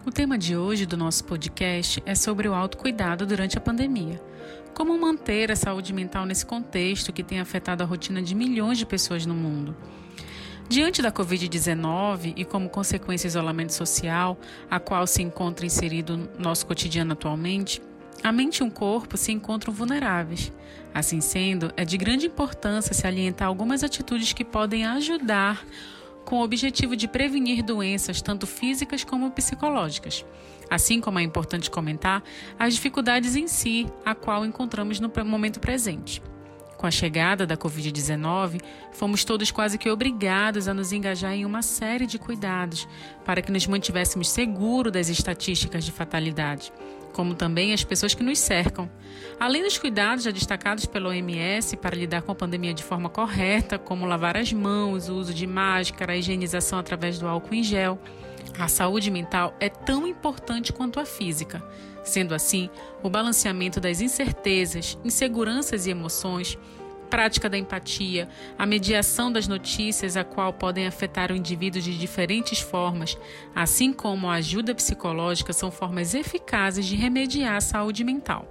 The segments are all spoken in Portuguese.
O tema de hoje do nosso podcast é sobre o autocuidado durante a pandemia. Como manter a saúde mental nesse contexto que tem afetado a rotina de milhões de pessoas no mundo. Diante da Covid-19 e como consequência do isolamento social, a qual se encontra inserido no nosso cotidiano atualmente, a mente e o corpo se encontram vulneráveis. Assim sendo, é de grande importância salientar algumas atitudes que podem ajudar com o objetivo de prevenir doenças tanto físicas como psicológicas. Assim como é importante comentar as dificuldades em si, a qual encontramos no momento presente. Com a chegada da Covid-19, fomos todos quase que obrigados a nos engajar em uma série de cuidados para que nos mantivéssemos seguros das estatísticas de fatalidade, como também as pessoas que nos cercam. Além dos cuidados já destacados pela OMS para lidar com a pandemia de forma correta, como lavar as mãos, o uso de máscara, a higienização através do álcool em gel, a saúde mental é tão importante quanto a física. Sendo assim, o balanceamento das incertezas, inseguranças e emoções, prática da empatia, a mediação das notícias, a qual podem afetar o indivíduo de diferentes formas, assim como a ajuda psicológica, são formas eficazes de remediar a saúde mental.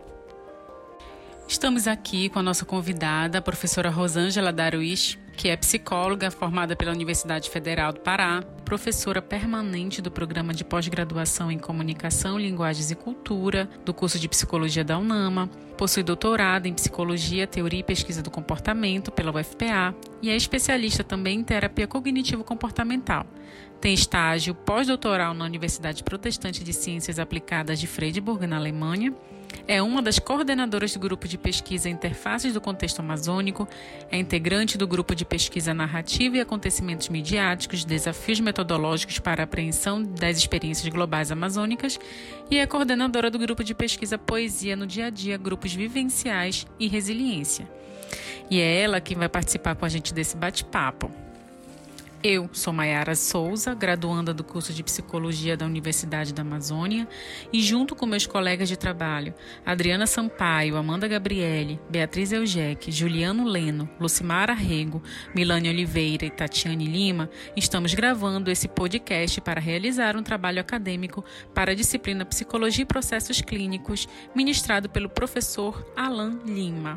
Estamos aqui com a nossa convidada, a professora Rosângela Darwish, que é psicóloga formada pela Universidade Federal do Pará, professora permanente do Programa de Pós-Graduação em Comunicação, Linguagens e Cultura, do curso de Psicologia da UNAMA, possui doutorado em Psicologia, Teoria e Pesquisa do Comportamento pela UFPA e é especialista também em Terapia Cognitivo-Comportamental. Tem estágio pós-doutoral na Universidade Protestante de Ciências Aplicadas de Freiburg, na Alemanha. É uma das coordenadoras do grupo de pesquisa Interfaces do Contexto Amazônico, é integrante do grupo de pesquisa Narrativa e Acontecimentos Midiáticos, Desafios Metodológicos para a Apreensão das Experiências Globais Amazônicas e é coordenadora do grupo de pesquisa Poesia no Dia a Dia, Grupos Vivenciais e Resiliência. E é ela quem vai participar com a gente desse bate-papo. Eu sou Maiara Souza, graduanda do curso de Psicologia da Universidade da Amazônia e junto com meus colegas de trabalho, Adriana Sampaio, Amanda Gabriele, Beatriz Eugec, Juliano Leno, Lucimara Rego, Milane Oliveira e Tatiane Lima, estamos gravando esse podcast para realizar um trabalho acadêmico para a disciplina Psicologia e Processos Clínicos, ministrado pelo professor Alan Lima.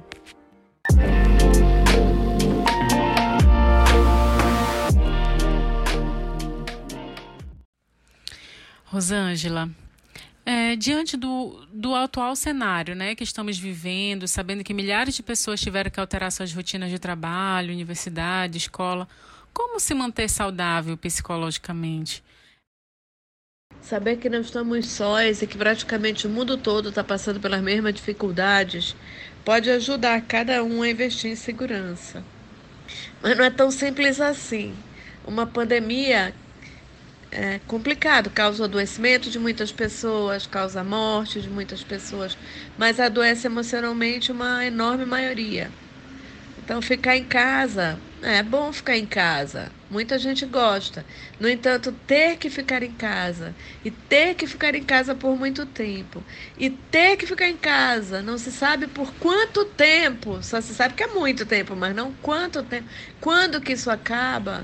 Rosângela, diante do atual cenário, que estamos vivendo, sabendo que milhares de pessoas tiveram que alterar suas rotinas de trabalho, universidade, escola, como se manter saudável psicologicamente? Saber que não estamos sós e que praticamente o mundo todo está passando pelas mesmas dificuldades pode ajudar cada um a investir em segurança. Mas não é tão simples assim. Uma pandemia é complicado, causa o adoecimento de muitas pessoas, causa a morte de muitas pessoas, mas adoece emocionalmente uma enorme maioria. Então, ficar em casa, é bom ficar em casa, muita gente gosta. No entanto, ter que ficar em casa, e ter que ficar em casa por muito tempo, e ter que ficar em casa, não se sabe por quanto tempo, só se sabe que é muito tempo, mas não quanto tempo, quando que isso acaba.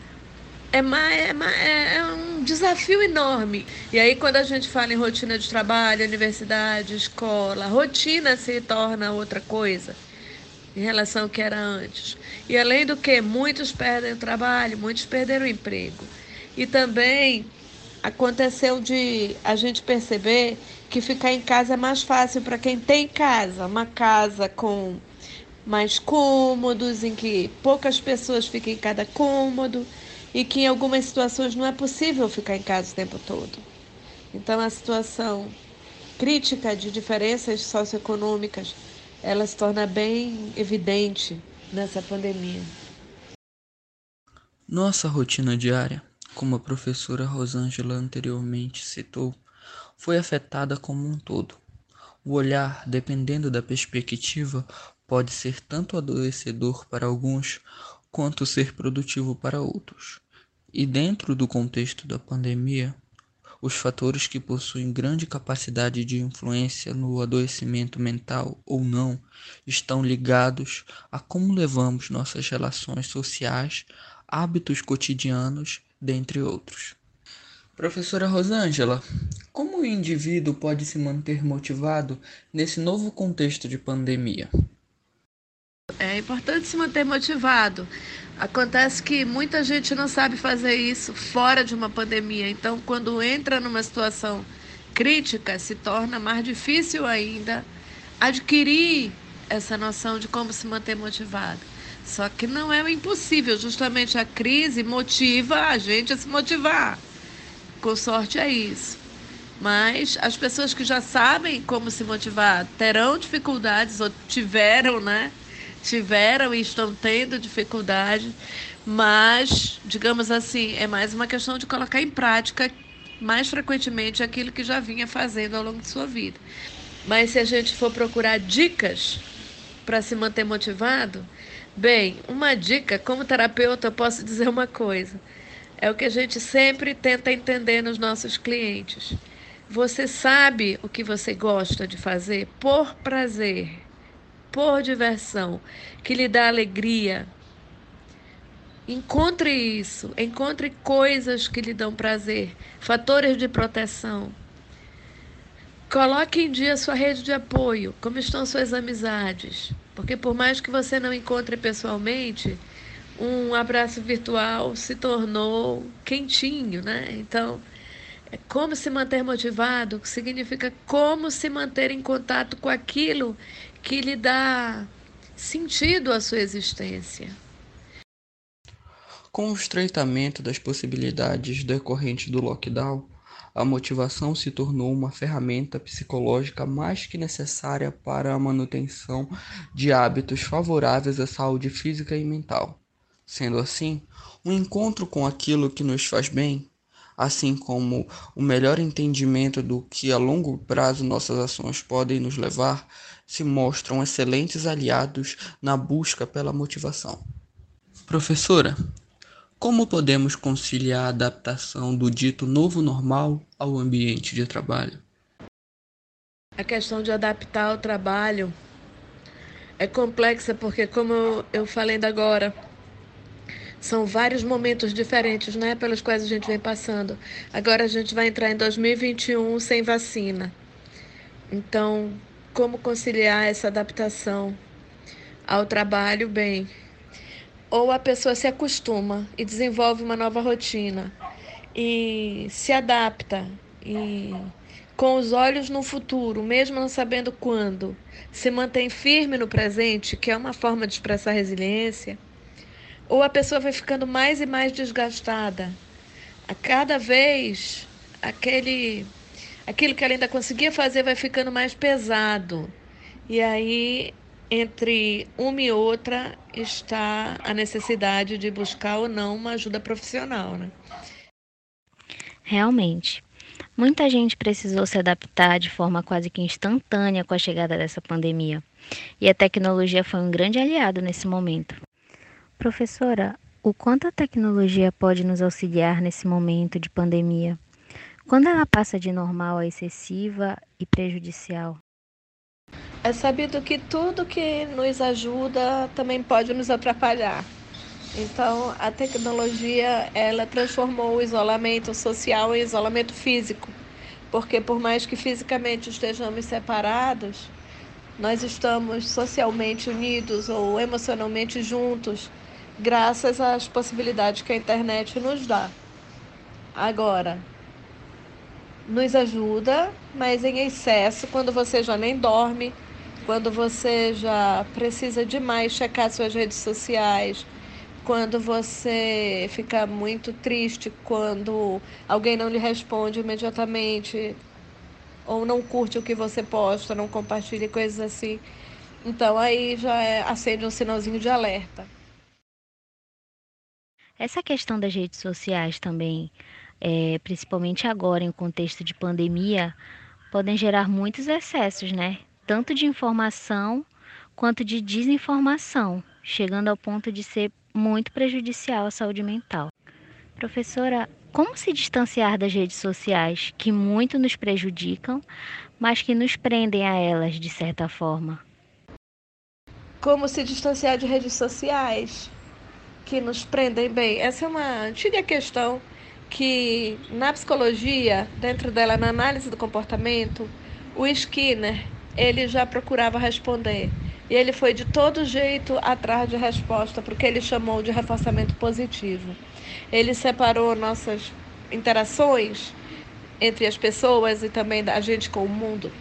É um desafio enorme. E aí, quando a gente fala em rotina de trabalho, universidade, escola, rotina se torna outra coisa em relação ao que era antes. E além do que, muitos perdem o trabalho, muitos perderam o emprego. E também aconteceu de a gente perceber que ficar em casa é mais fácil para quem tem casa. Uma casa com mais cômodos, em que poucas pessoas ficam em cada cômodo, e que em algumas situações não é possível ficar em casa o tempo todo. Então, a situação crítica de diferenças socioeconômicas, ela se torna bem evidente nessa pandemia. Nossa rotina diária, como a professora Rosângela anteriormente citou, foi afetada como um todo. O olhar, dependendo da perspectiva, pode ser tanto adoecedor para alguns, quanto ser produtivo para outros. E dentro do contexto da pandemia, os fatores que possuem grande capacidade de influência no adoecimento mental ou não estão ligados a como levamos nossas relações sociais, hábitos cotidianos, dentre outros. Professora Rosângela, Como o indivíduo pode se manter motivado nesse novo contexto de pandemia? É importante se manter motivado. Acontece que muita gente não sabe fazer isso fora de uma pandemia. Então, quando entra numa situação crítica, se torna mais difícil ainda adquirir essa noção de como se manter motivado. Só que não é impossível, justamente a crise motiva a gente a se motivar. Com sorte é isso. Mas as pessoas que já sabem como se motivar terão dificuldades, ou tiveram, né? Tiveram e estão tendo dificuldade, mas, digamos assim, é mais uma questão de colocar em prática mais frequentemente aquilo que já vinha fazendo ao longo de sua vida. Mas se a gente for procurar dicas para se manter motivado, bem, uma dica, como terapeuta, eu posso dizer uma coisa. É o que a gente sempre tenta entender nos nossos clientes. Você sabe o que você gosta de fazer por prazer, por diversão, que lhe dá alegria. Encontre isso, encontre coisas que lhe dão prazer, fatores de proteção. Coloque em dia sua rede de apoio, como estão suas amizades. Porque por mais que você não encontre pessoalmente, um abraço virtual se tornou quentinho, né? Então, como se manter motivado significa como se manter em contato com aquilo que lhe dá sentido à sua existência. Com o estreitamento das possibilidades decorrentes do lockdown, a motivação se tornou uma ferramenta psicológica mais que necessária para a manutenção de hábitos favoráveis à saúde física e mental. Sendo assim, o encontro com aquilo que nos faz bem, assim como o melhor entendimento do que a longo prazo nossas ações podem nos levar, se mostram excelentes aliados na busca pela motivação. Professora, como podemos conciliar a adaptação do dito novo normal ao ambiente de trabalho? A questão de adaptar o trabalho é complexa porque, como eu falei ainda agora, são vários momentos diferentes, né, pelos quais a gente vem passando. Agora a gente vai entrar em 2021 sem vacina. Então, como conciliar essa adaptação ao trabalho bem? Ou a pessoa se acostuma e desenvolve uma nova rotina e se adapta e com os olhos no futuro, mesmo não sabendo quando, se mantém firme no presente, que é uma forma de expressar resiliência, ou a pessoa vai ficando mais e mais desgastada. A cada vez, aquilo que ela ainda conseguia fazer vai ficando mais pesado. E aí, entre uma e outra, está a necessidade de buscar ou não uma ajuda profissional, né? Realmente, muita gente precisou se adaptar de forma quase que instantânea com a chegada dessa pandemia. E a tecnologia foi um grande aliado nesse momento. Professora, o quanto a tecnologia pode nos auxiliar nesse momento de pandemia? Quando ela passa de normal a excessiva e prejudicial? É sabido que tudo que nos ajuda também pode nos atrapalhar. Então, a tecnologia, ela transformou o isolamento social em isolamento físico. Porque por mais que fisicamente estejamos separados, nós estamos socialmente unidos ou emocionalmente juntos, graças às possibilidades que a internet nos dá. Agora, nos ajuda, mas em excesso, quando você já nem dorme, quando você já precisa demais checar suas redes sociais, quando você fica muito triste, quando alguém não lhe responde imediatamente, ou não curte o que você posta, não compartilha coisas assim. Então aí acende um sinalzinho de alerta. Essa questão das redes sociais também, principalmente agora em contexto de pandemia, podem gerar muitos excessos, né? Tanto de informação quanto de desinformação, chegando ao ponto de ser muito prejudicial à saúde mental. Professora, como se distanciar das redes sociais que muito nos prejudicam, mas que nos prendem a elas de certa forma? Como se distanciar de redes sociais que nos prendem bem? Essa é uma antiga questão que na psicologia, dentro dela, na análise do comportamento, o Skinner, ele já procurava responder. E ele foi de todo jeito atrás de resposta para o que ele chamou de reforçamento positivo. Ele separou nossas interações entre as pessoas e também a gente com o mundo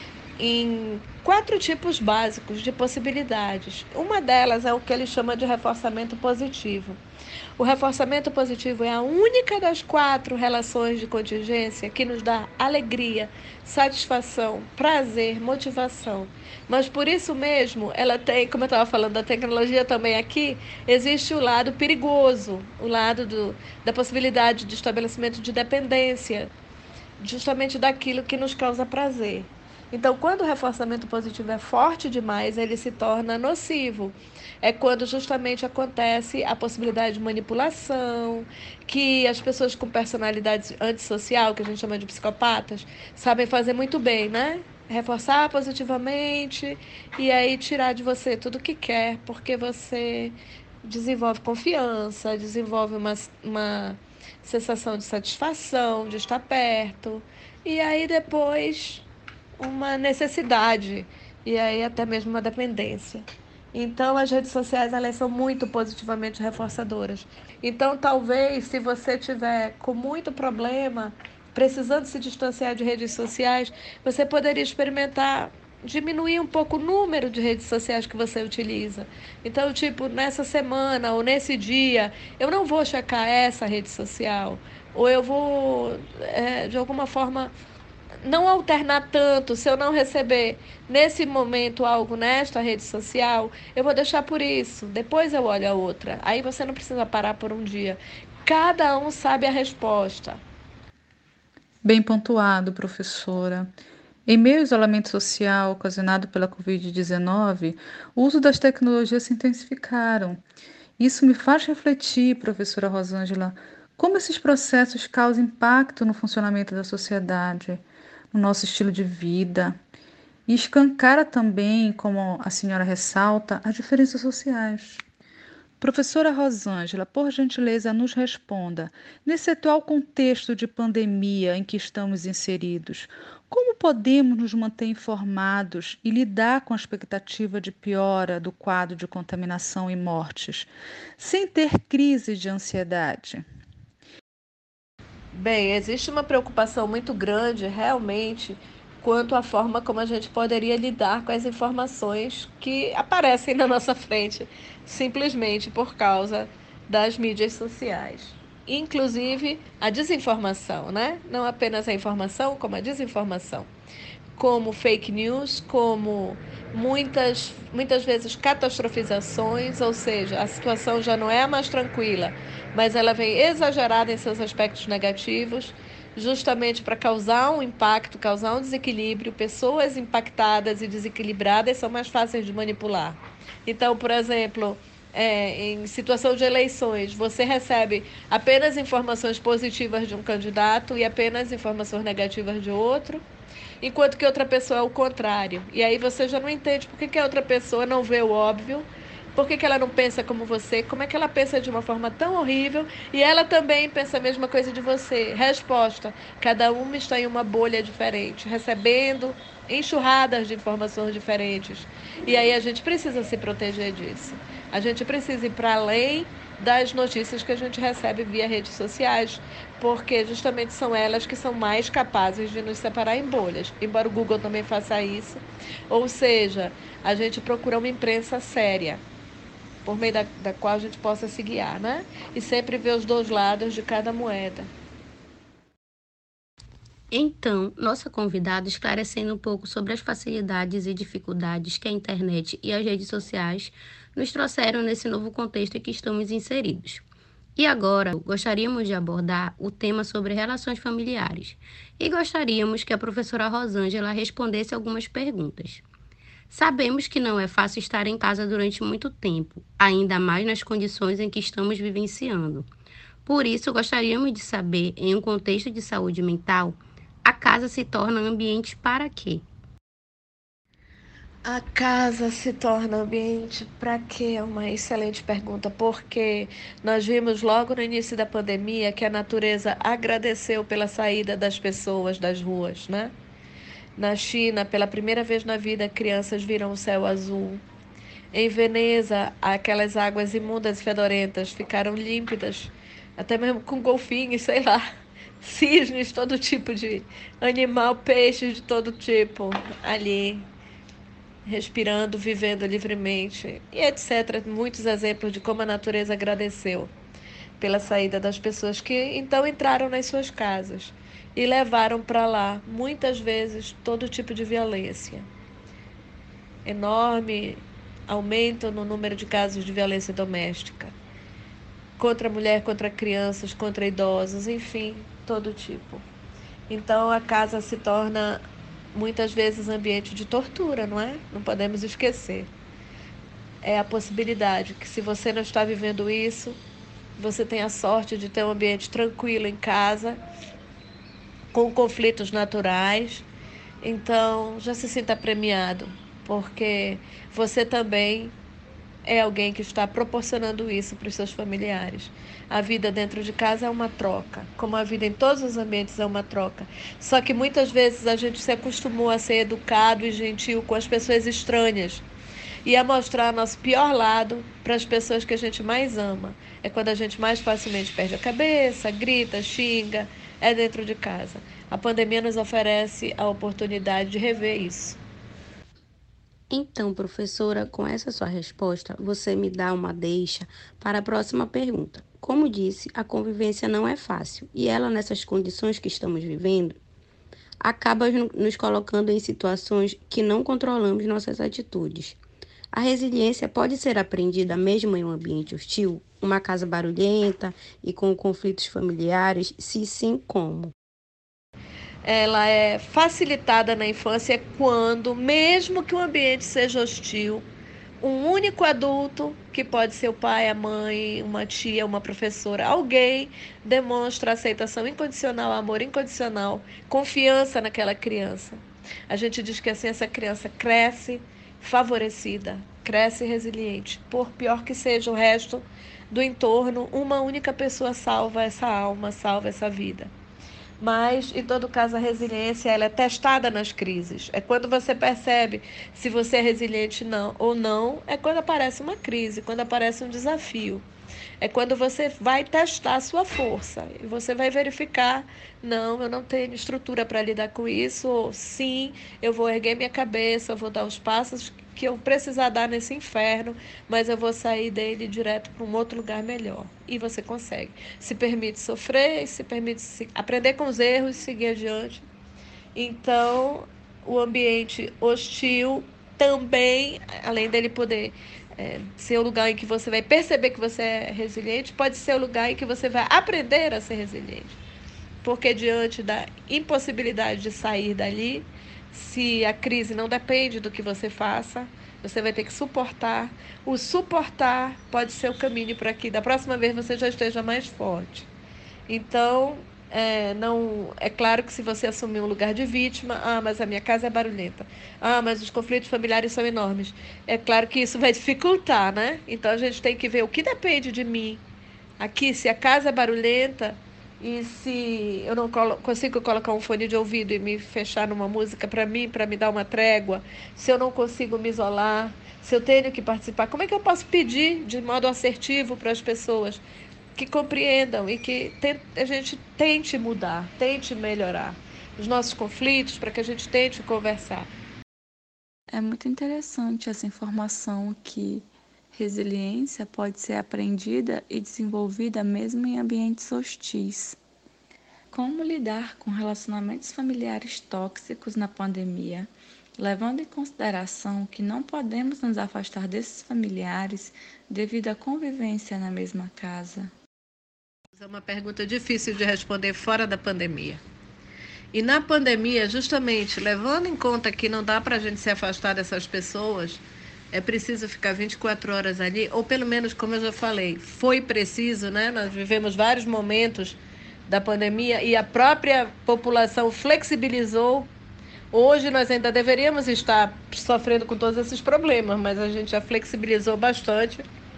em 4 tipos básicos de possibilidades. Uma delas é o que ele chama de reforçamento positivo. O reforçamento positivo é a única das 4 relações de contingência que nos dá alegria, satisfação, prazer, motivação. Mas por isso mesmo, ela tem, como eu estava falando da tecnologia também aqui, existe o lado perigoso, o lado da possibilidade de estabelecimento de dependência, justamente daquilo que nos causa prazer. Então, quando o reforçamento positivo é forte demais, ele se torna nocivo. É quando justamente acontece a possibilidade de manipulação, que as pessoas com personalidade antissocial, que a gente chama de psicopatas, sabem fazer muito bem, né? Reforçar positivamente e aí tirar de você tudo que quer, porque você desenvolve confiança, desenvolve uma sensação de satisfação, de estar perto. E aí depois uma necessidade e aí até mesmo uma dependência. Então, as redes sociais, elas são muito positivamente reforçadoras. Então, talvez, se você tiver com muito problema, precisando se distanciar de redes sociais, você poderia experimentar diminuir um pouco o número de redes sociais que você utiliza. Então, tipo, nessa semana ou nesse dia, eu não vou checar essa rede social. Ou eu vou, de alguma forma, não alternar tanto. Se eu não receber nesse momento algo nesta rede social, eu vou deixar por isso. Depois eu olho a outra. Aí você não precisa parar por um dia. Cada um sabe a resposta. Bem pontuado, professora. Em meio ao isolamento social ocasionado pela Covid-19, o uso das tecnologias se intensificaram. Isso me faz refletir, professora Rosângela, como esses processos causam impacto no funcionamento da sociedade, no nosso estilo de vida, e escancara também, como a senhora ressalta, as diferenças sociais. Professora Rosângela, por gentileza, nos responda. Nesse atual contexto de pandemia em que estamos inseridos, como podemos nos manter informados e lidar com a expectativa de piora do quadro de contaminação e mortes, sem ter crise de ansiedade? Bem, existe uma preocupação muito grande, realmente, quanto à forma como a gente poderia lidar com as informações que aparecem na nossa frente, simplesmente por causa das mídias sociais. Inclusive a desinformação, né? Não apenas a informação, como a desinformação. Como fake news, como muitas vezes catastrofizações, ou seja, a situação já não é a mais tranquila, mas ela vem exagerada em seus aspectos negativos, justamente para causar um impacto, causar um desequilíbrio. Pessoas impactadas e desequilibradas são mais fáceis de manipular. Então, por exemplo, em situação de eleições, você recebe apenas informações positivas de um candidato e apenas informações negativas de outro, enquanto que outra pessoa é o contrário. E aí você já não entende por que a outra pessoa não vê o óbvio, por que ela não pensa como você, como é que ela pensa de uma forma tão horrível e ela também pensa a mesma coisa de você. Resposta: cada uma está em uma bolha diferente, recebendo enxurradas de informações diferentes. E aí a gente precisa se proteger disso. A gente precisa ir para além das notícias que a gente recebe via redes sociais, porque justamente são elas que são mais capazes de nos separar em bolhas, embora o Google também faça isso. Ou seja, a gente procura uma imprensa séria, por meio da qual a gente possa se guiar, né? E sempre ver os 2 lados de cada moeda. Então, nossa convidada esclarecendo um pouco sobre as facilidades e dificuldades que a internet e as redes sociais nos trouxeram nesse novo contexto em que estamos inseridos. E agora, gostaríamos de abordar o tema sobre relações familiares e gostaríamos que a professora Rosângela respondesse algumas perguntas. Sabemos que não é fácil estar em casa durante muito tempo, ainda mais nas condições em que estamos vivenciando. Por isso, gostaríamos de saber, em um contexto de saúde mental, a casa se torna ambiente para quê? A casa se torna ambiente para quê? É uma excelente pergunta, porque nós vimos logo no início da pandemia que a natureza agradeceu pela saída das pessoas das ruas, né? Na China, pela primeira vez na vida, crianças viram o céu azul. Em Veneza, aquelas águas imundas e fedorentas ficaram límpidas, até mesmo com golfinhos, sei lá, cisnes, todo tipo de animal, peixes de todo tipo ali respirando, vivendo livremente, e etc. Muitos exemplos de como a natureza agradeceu pela saída das pessoas que então entraram nas suas casas e levaram para lá, muitas vezes, todo tipo de violência. Enorme aumento no número de casos de violência doméstica, contra a mulher, contra crianças, contra idosos, enfim, todo tipo. Então a casa se torna muitas vezes ambiente de tortura, não é? Não podemos esquecer. É a possibilidade que, se você não está vivendo isso, você tem a sorte de ter um ambiente tranquilo em casa, com conflitos naturais. Então, já se sinta premiado, porque você também é alguém que está proporcionando isso para os seus familiares. A vida dentro de casa é uma troca, como a vida em todos os ambientes é uma troca. Só que muitas vezes a gente se acostumou a ser educado e gentil com as pessoas estranhas e a mostrar nosso pior lado para as pessoas que a gente mais ama. É quando a gente mais facilmente perde a cabeça, grita, xinga, é dentro de casa. A pandemia nos oferece a oportunidade de rever isso. Então, professora, com essa sua resposta, você me dá uma deixa para a próxima pergunta. Como disse, a convivência não é fácil e ela, nessas condições que estamos vivendo, acaba nos colocando em situações que não controlamos nossas atitudes. A resiliência pode ser aprendida mesmo em um ambiente hostil, uma casa barulhenta e com conflitos familiares? Se sim, como? Ela é facilitada na infância quando, mesmo que o ambiente seja hostil, um único adulto, que pode ser o pai, a mãe, uma tia, uma professora, alguém demonstra aceitação incondicional, amor incondicional, confiança naquela criança. A gente diz que assim essa criança cresce favorecida, cresce resiliente. Por pior que seja o resto do entorno, uma única pessoa salva essa alma, salva essa vida. Mas, em todo caso, a resiliência ela é testada nas crises. É quando você percebe se você é resiliente não, ou não, é quando aparece uma crise, quando aparece um desafio. É quando você vai testar a sua força e você vai verificar, não, eu não tenho estrutura para lidar com isso, ou sim, eu vou erguer minha cabeça, eu vou dar os passos que eu precisar dar nesse inferno, mas eu vou sair dele direto para um outro lugar melhor. E você consegue. Se permite sofrer, se permite aprender com os erros e seguir adiante. Então, o ambiente hostil também, além dele poder ser o lugar em que você vai perceber que você é resiliente, pode ser o lugar em que você vai aprender a ser resiliente. Porque diante da impossibilidade de sair dali, se a crise não depende do que você faça, você vai ter que suportar. O suportar pode ser o caminho para que da próxima vez você já esteja mais forte. Então, não, é claro que se você assumir um lugar de vítima, mas a minha casa é barulhenta, mas os conflitos familiares são enormes. É claro que isso vai dificultar, né? Então a gente tem que ver o que depende de mim. Aqui, se a casa é barulhenta e se eu não consigo colocar um fone de ouvido e me fechar numa música para me dar uma trégua, se eu não consigo me isolar, se eu tenho que participar, como é que eu posso pedir de modo assertivo para as pessoas que compreendam e que a gente tente mudar, tente melhorar os nossos conflitos, para que a gente tente conversar. É muito interessante essa informação que resiliência pode ser aprendida e desenvolvida mesmo em ambientes hostis. Como lidar com relacionamentos familiares tóxicos na pandemia, levando em consideração que não podemos nos afastar desses familiares devido à convivência na mesma casa? É uma pergunta difícil de responder fora da pandemia. E na pandemia, justamente, levando em conta que não dá para a gente se afastar dessas pessoas, é preciso ficar 24 horas ali, ou pelo menos, como eu já falei, foi preciso, né? Nós vivemos vários momentos da pandemia e a própria população flexibilizou Hoje nós ainda deveríamos estar sofrendo com todos esses problemas, mas a gente já flexibilizou bastante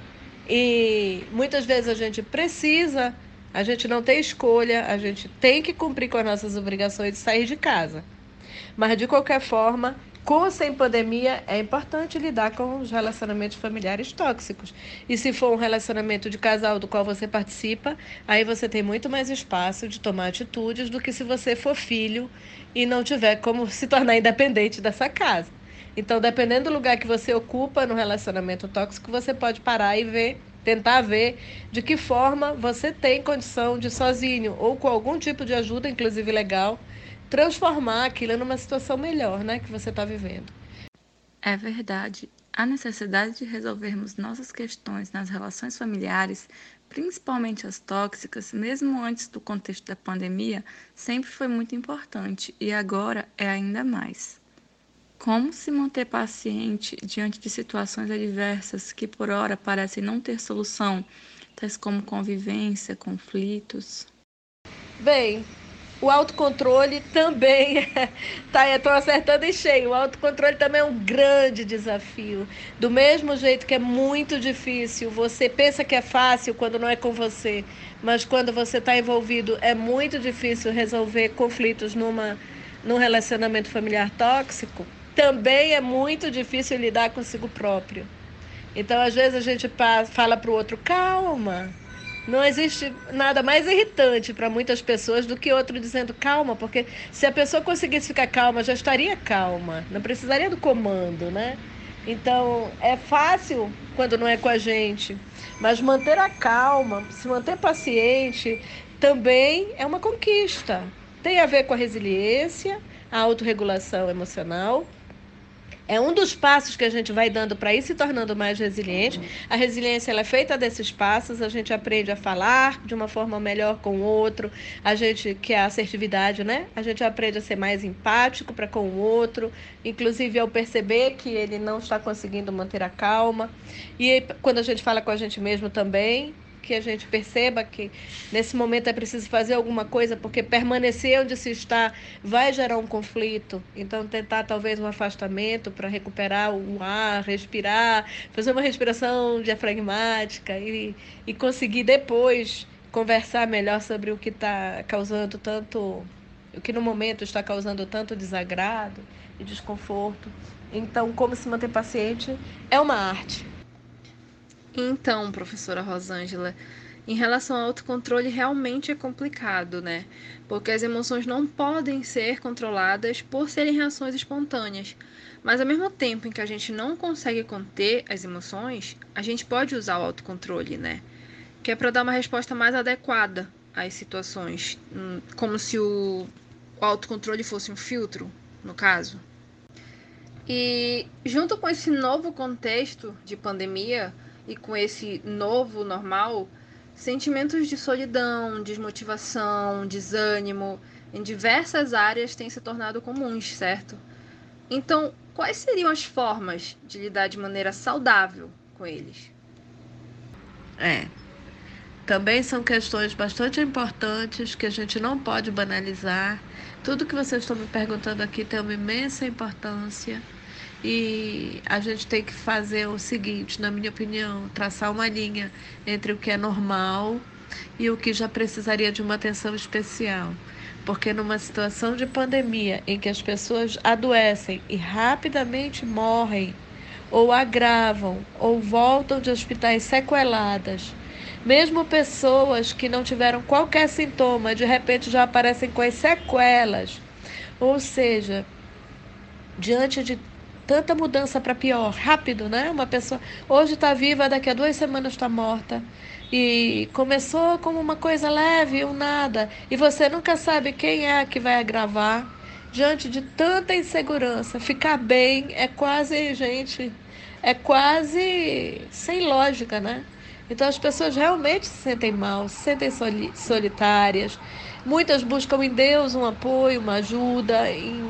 e muitas vezes a gente não tem escolha, a gente tem que cumprir com as nossas obrigações de sair de casa. Mas, de qualquer forma, com ou sem pandemia, é importante lidar com os relacionamentos familiares tóxicos. E se for um relacionamento de casal do qual você participa, aí você tem muito mais espaço de tomar atitudes do que se você for filho e não tiver como se tornar independente dessa casa. Então, dependendo do lugar que você ocupa no relacionamento tóxico, você pode parar e tentar ver de que forma você tem condição de sozinho ou com algum tipo de ajuda, inclusive legal, transformar aquilo numa situação melhor, né, que você está vivendo. É verdade. A necessidade de resolvermos nossas questões nas relações familiares, principalmente as tóxicas, mesmo antes do contexto da pandemia, sempre foi muito importante e agora é ainda mais. Como se manter paciente diante de situações adversas que por hora parecem não ter solução, tais como convivência, conflitos? Bem, o autocontrole também estou acertando em cheio. O autocontrole também é um grande desafio. Do mesmo jeito que é muito difícil, você pensa que é fácil quando não é com você, mas quando você está envolvido é muito difícil resolver conflitos num relacionamento familiar tóxico. Também é muito difícil lidar consigo próprio. Então, às vezes, a gente fala para o outro, calma. Não existe nada mais irritante para muitas pessoas do que outro dizendo calma, porque se a pessoa conseguisse ficar calma, já estaria calma, não precisaria do comando, né? Então, é fácil quando não é com a gente, mas manter a calma, se manter paciente, também é uma conquista. Tem a ver com a resiliência, a autorregulação emocional. É um dos passos que a gente vai dando para ir se tornando mais resiliente. A resiliência ela é feita desses passos, a gente aprende a falar de uma forma melhor com o outro, que é a assertividade, né? A gente aprende a ser mais empático para com o outro, inclusive ao perceber que ele não está conseguindo manter a calma. E quando a gente fala com a gente mesmo também, que a gente perceba que nesse momento é preciso fazer alguma coisa, porque permanecer onde se está vai gerar um conflito. Então, tentar talvez um afastamento para recuperar o ar, respirar, fazer uma respiração diafragmática e conseguir depois conversar melhor sobre o que está causando o que no momento está causando tanto desagrado e desconforto. Então, como se manter paciente é uma arte. Então, professora Rosângela, em relação ao autocontrole realmente é complicado, né? Porque as emoções não podem ser controladas por serem reações espontâneas. Mas ao mesmo tempo em que a gente não consegue conter as emoções, a gente pode usar o autocontrole, né? Que é para dar uma resposta mais adequada às situações, como se o autocontrole fosse um filtro, no caso. E junto com esse novo contexto de pandemia, e com esse novo normal, sentimentos de solidão, desmotivação, desânimo, em diversas áreas têm se tornado comuns, certo? Então, quais seriam as formas de lidar de maneira saudável com eles? Também são questões bastante importantes que a gente não pode banalizar. Tudo que vocês estão me perguntando aqui tem uma imensa importância. E a gente tem que fazer o seguinte, na minha opinião, traçar uma linha entre o que é normal e o que já precisaria de uma atenção especial. Porque numa situação de pandemia em que as pessoas adoecem e rapidamente morrem, ou agravam, ou voltam de hospitais sequeladas, mesmo pessoas que não tiveram qualquer sintoma, de repente já aparecem com as sequelas. Ou seja, diante de tanta mudança para pior, rápido, né? Uma pessoa hoje está viva, daqui a 2 semanas está morta. E começou como uma coisa leve, um nada. E você nunca sabe quem é que vai agravar. Diante de tanta insegurança, ficar bem é quase sem lógica, né? Então as pessoas realmente se sentem mal, se sentem solitárias. Muitas buscam em Deus um apoio, uma ajuda,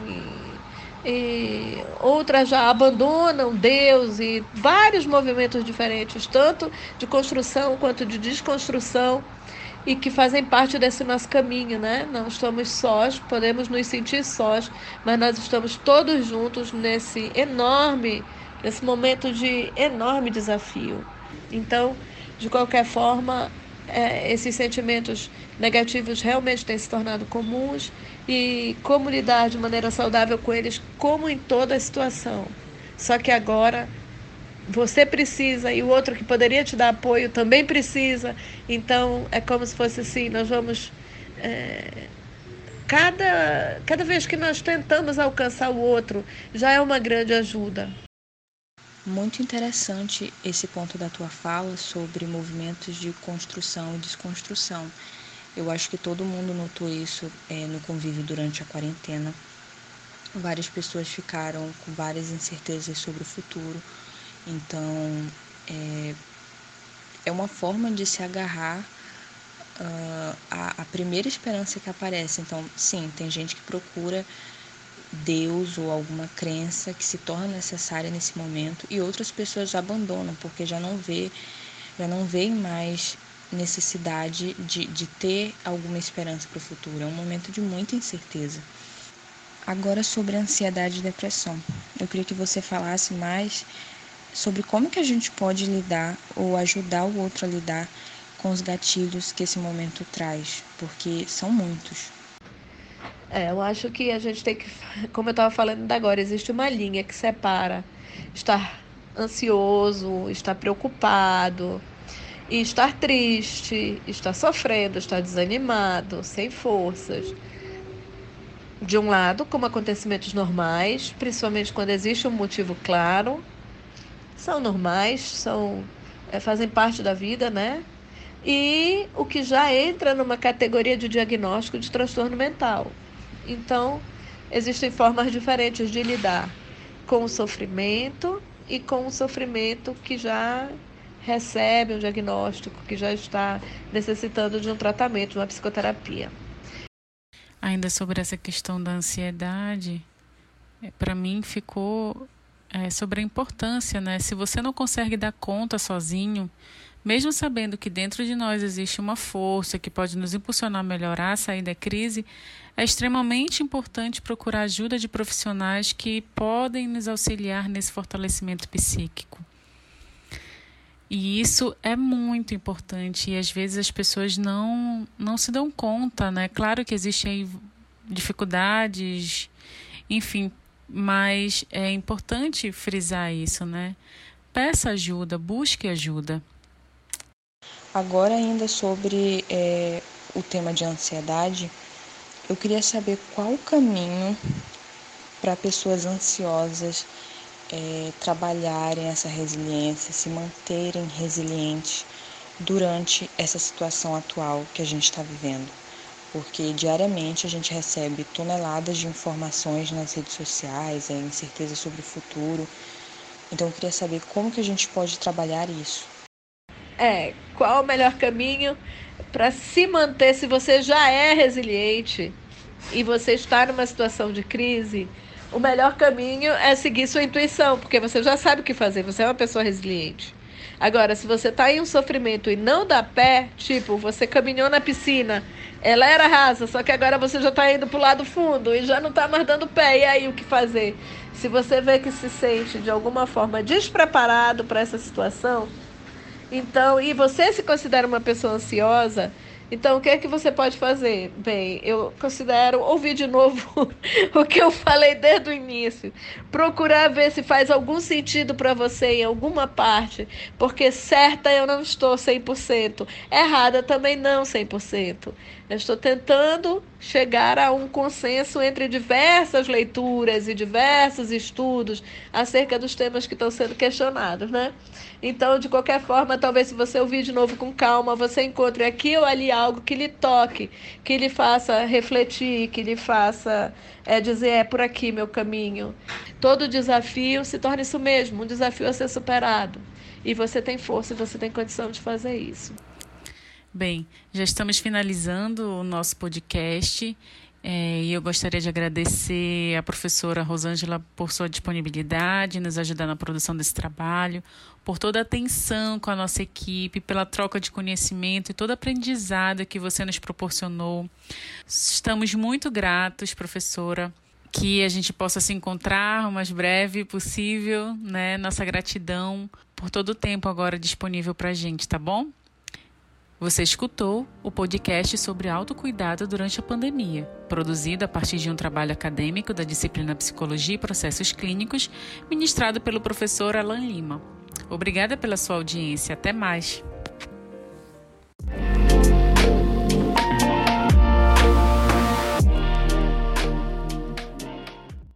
e outras já abandonam Deus e vários movimentos diferentes, tanto de construção quanto de desconstrução. e que fazem parte desse nosso caminho, né? Não estamos sós, podemos nos sentir sós, mas nós estamos todos juntos nesse momento de enorme desafio. Então, de qualquer forma, esses sentimentos negativos realmente têm se tornado comuns, e como lidar de maneira saudável com eles, como em toda situação. Só que agora você precisa e o outro que poderia te dar apoio também precisa. Então é como se fosse assim, nós vamos cada vez que nós tentamos alcançar o outro, já é uma grande ajuda. Muito interessante esse ponto da tua fala sobre movimentos de construção e desconstrução. Eu acho que todo mundo notou isso no convívio durante a quarentena. Várias pessoas ficaram com várias incertezas sobre o futuro. Então, é uma forma de se agarrar à primeira esperança que aparece. Então, sim, tem gente que procura Deus ou alguma crença que se torna necessária nesse momento, e outras pessoas abandonam porque já não veem mais necessidade de ter alguma esperança para o futuro. É um momento de muita incerteza. Agora, sobre a ansiedade e depressão, eu queria que você falasse mais sobre como que a gente pode lidar ou ajudar o outro a lidar com os gatilhos que esse momento traz, porque são muitos. Eu acho que a gente tem que, como eu estava falando ainda agora, existe uma linha que separa estar ansioso, estar preocupado, e estar triste, estar sofrendo, estar desanimado, sem forças. De um lado, como acontecimentos normais, principalmente quando existe um motivo claro, são normais, fazem parte da vida, né? E o que já entra numa categoria de diagnóstico de transtorno mental. Então, existem formas diferentes de lidar com o sofrimento e com o sofrimento que já recebe um diagnóstico, que já está necessitando de um tratamento, de uma psicoterapia. Ainda sobre essa questão da ansiedade, para mim ficou sobre a importância, né? Se você não consegue dar conta sozinho, mesmo sabendo que dentro de nós existe uma força que pode nos impulsionar a melhorar, a sair da crise, é extremamente importante procurar ajuda de profissionais que podem nos auxiliar nesse fortalecimento psíquico. E isso é muito importante, e às vezes as pessoas não se dão conta, né? Claro que existem aí dificuldades, enfim, mas é importante frisar isso, né? Peça ajuda, busque ajuda. Agora, ainda sobre o tema de ansiedade, eu queria saber qual o caminho para pessoas ansiosas trabalharem essa resiliência, se manterem resilientes durante essa situação atual que a gente está vivendo. Porque diariamente a gente recebe toneladas de informações nas redes sociais, incerteza sobre o futuro. Então eu queria saber como que a gente pode trabalhar isso. Qual o melhor caminho para se manter, se você já é resiliente e você está numa situação de crise? O melhor caminho é seguir sua intuição, porque você já sabe o que fazer, você é uma pessoa resiliente. Agora, se você está em um sofrimento e não dá pé, tipo, você caminhou na piscina, ela era rasa, só que agora você já está indo para o lado fundo e já não está mais dando pé, e aí o que fazer? Se você vê que se sente de alguma forma despreparado para essa situação, então, e você se considera uma pessoa ansiosa, então o que é que você pode fazer? Bem, eu considero ouvir de novo o que eu falei desde o início. Procurar ver se faz algum sentido para você em alguma parte, porque certa eu não estou 100%, errada também não 100%. Eu estou tentando chegar a um consenso entre diversas leituras e diversos estudos acerca dos temas que estão sendo questionados, né? Então, de qualquer forma, talvez se você ouvir de novo com calma, você encontre aqui ou ali algo que lhe toque, que lhe faça refletir, que lhe faça dizer, é por aqui meu caminho. Todo desafio se torna isso mesmo, um desafio a ser superado. E você tem força e você tem condição de fazer isso. Bem, já estamos finalizando o nosso podcast. E eu gostaria de agradecer a professora Rosângela por sua disponibilidade, nos ajudar na produção desse trabalho, por toda a atenção com a nossa equipe, pela troca de conhecimento e todo aprendizado que você nos proporcionou. Estamos muito gratos, professora, que a gente possa se encontrar o mais breve possível, né? Nossa gratidão por todo o tempo agora disponível para a gente, tá bom? Você escutou o podcast sobre autocuidado durante a pandemia, produzido a partir de um trabalho acadêmico da disciplina Psicologia e Processos Clínicos, ministrado pelo professor Alan Lima. Obrigada pela sua audiência. Até mais!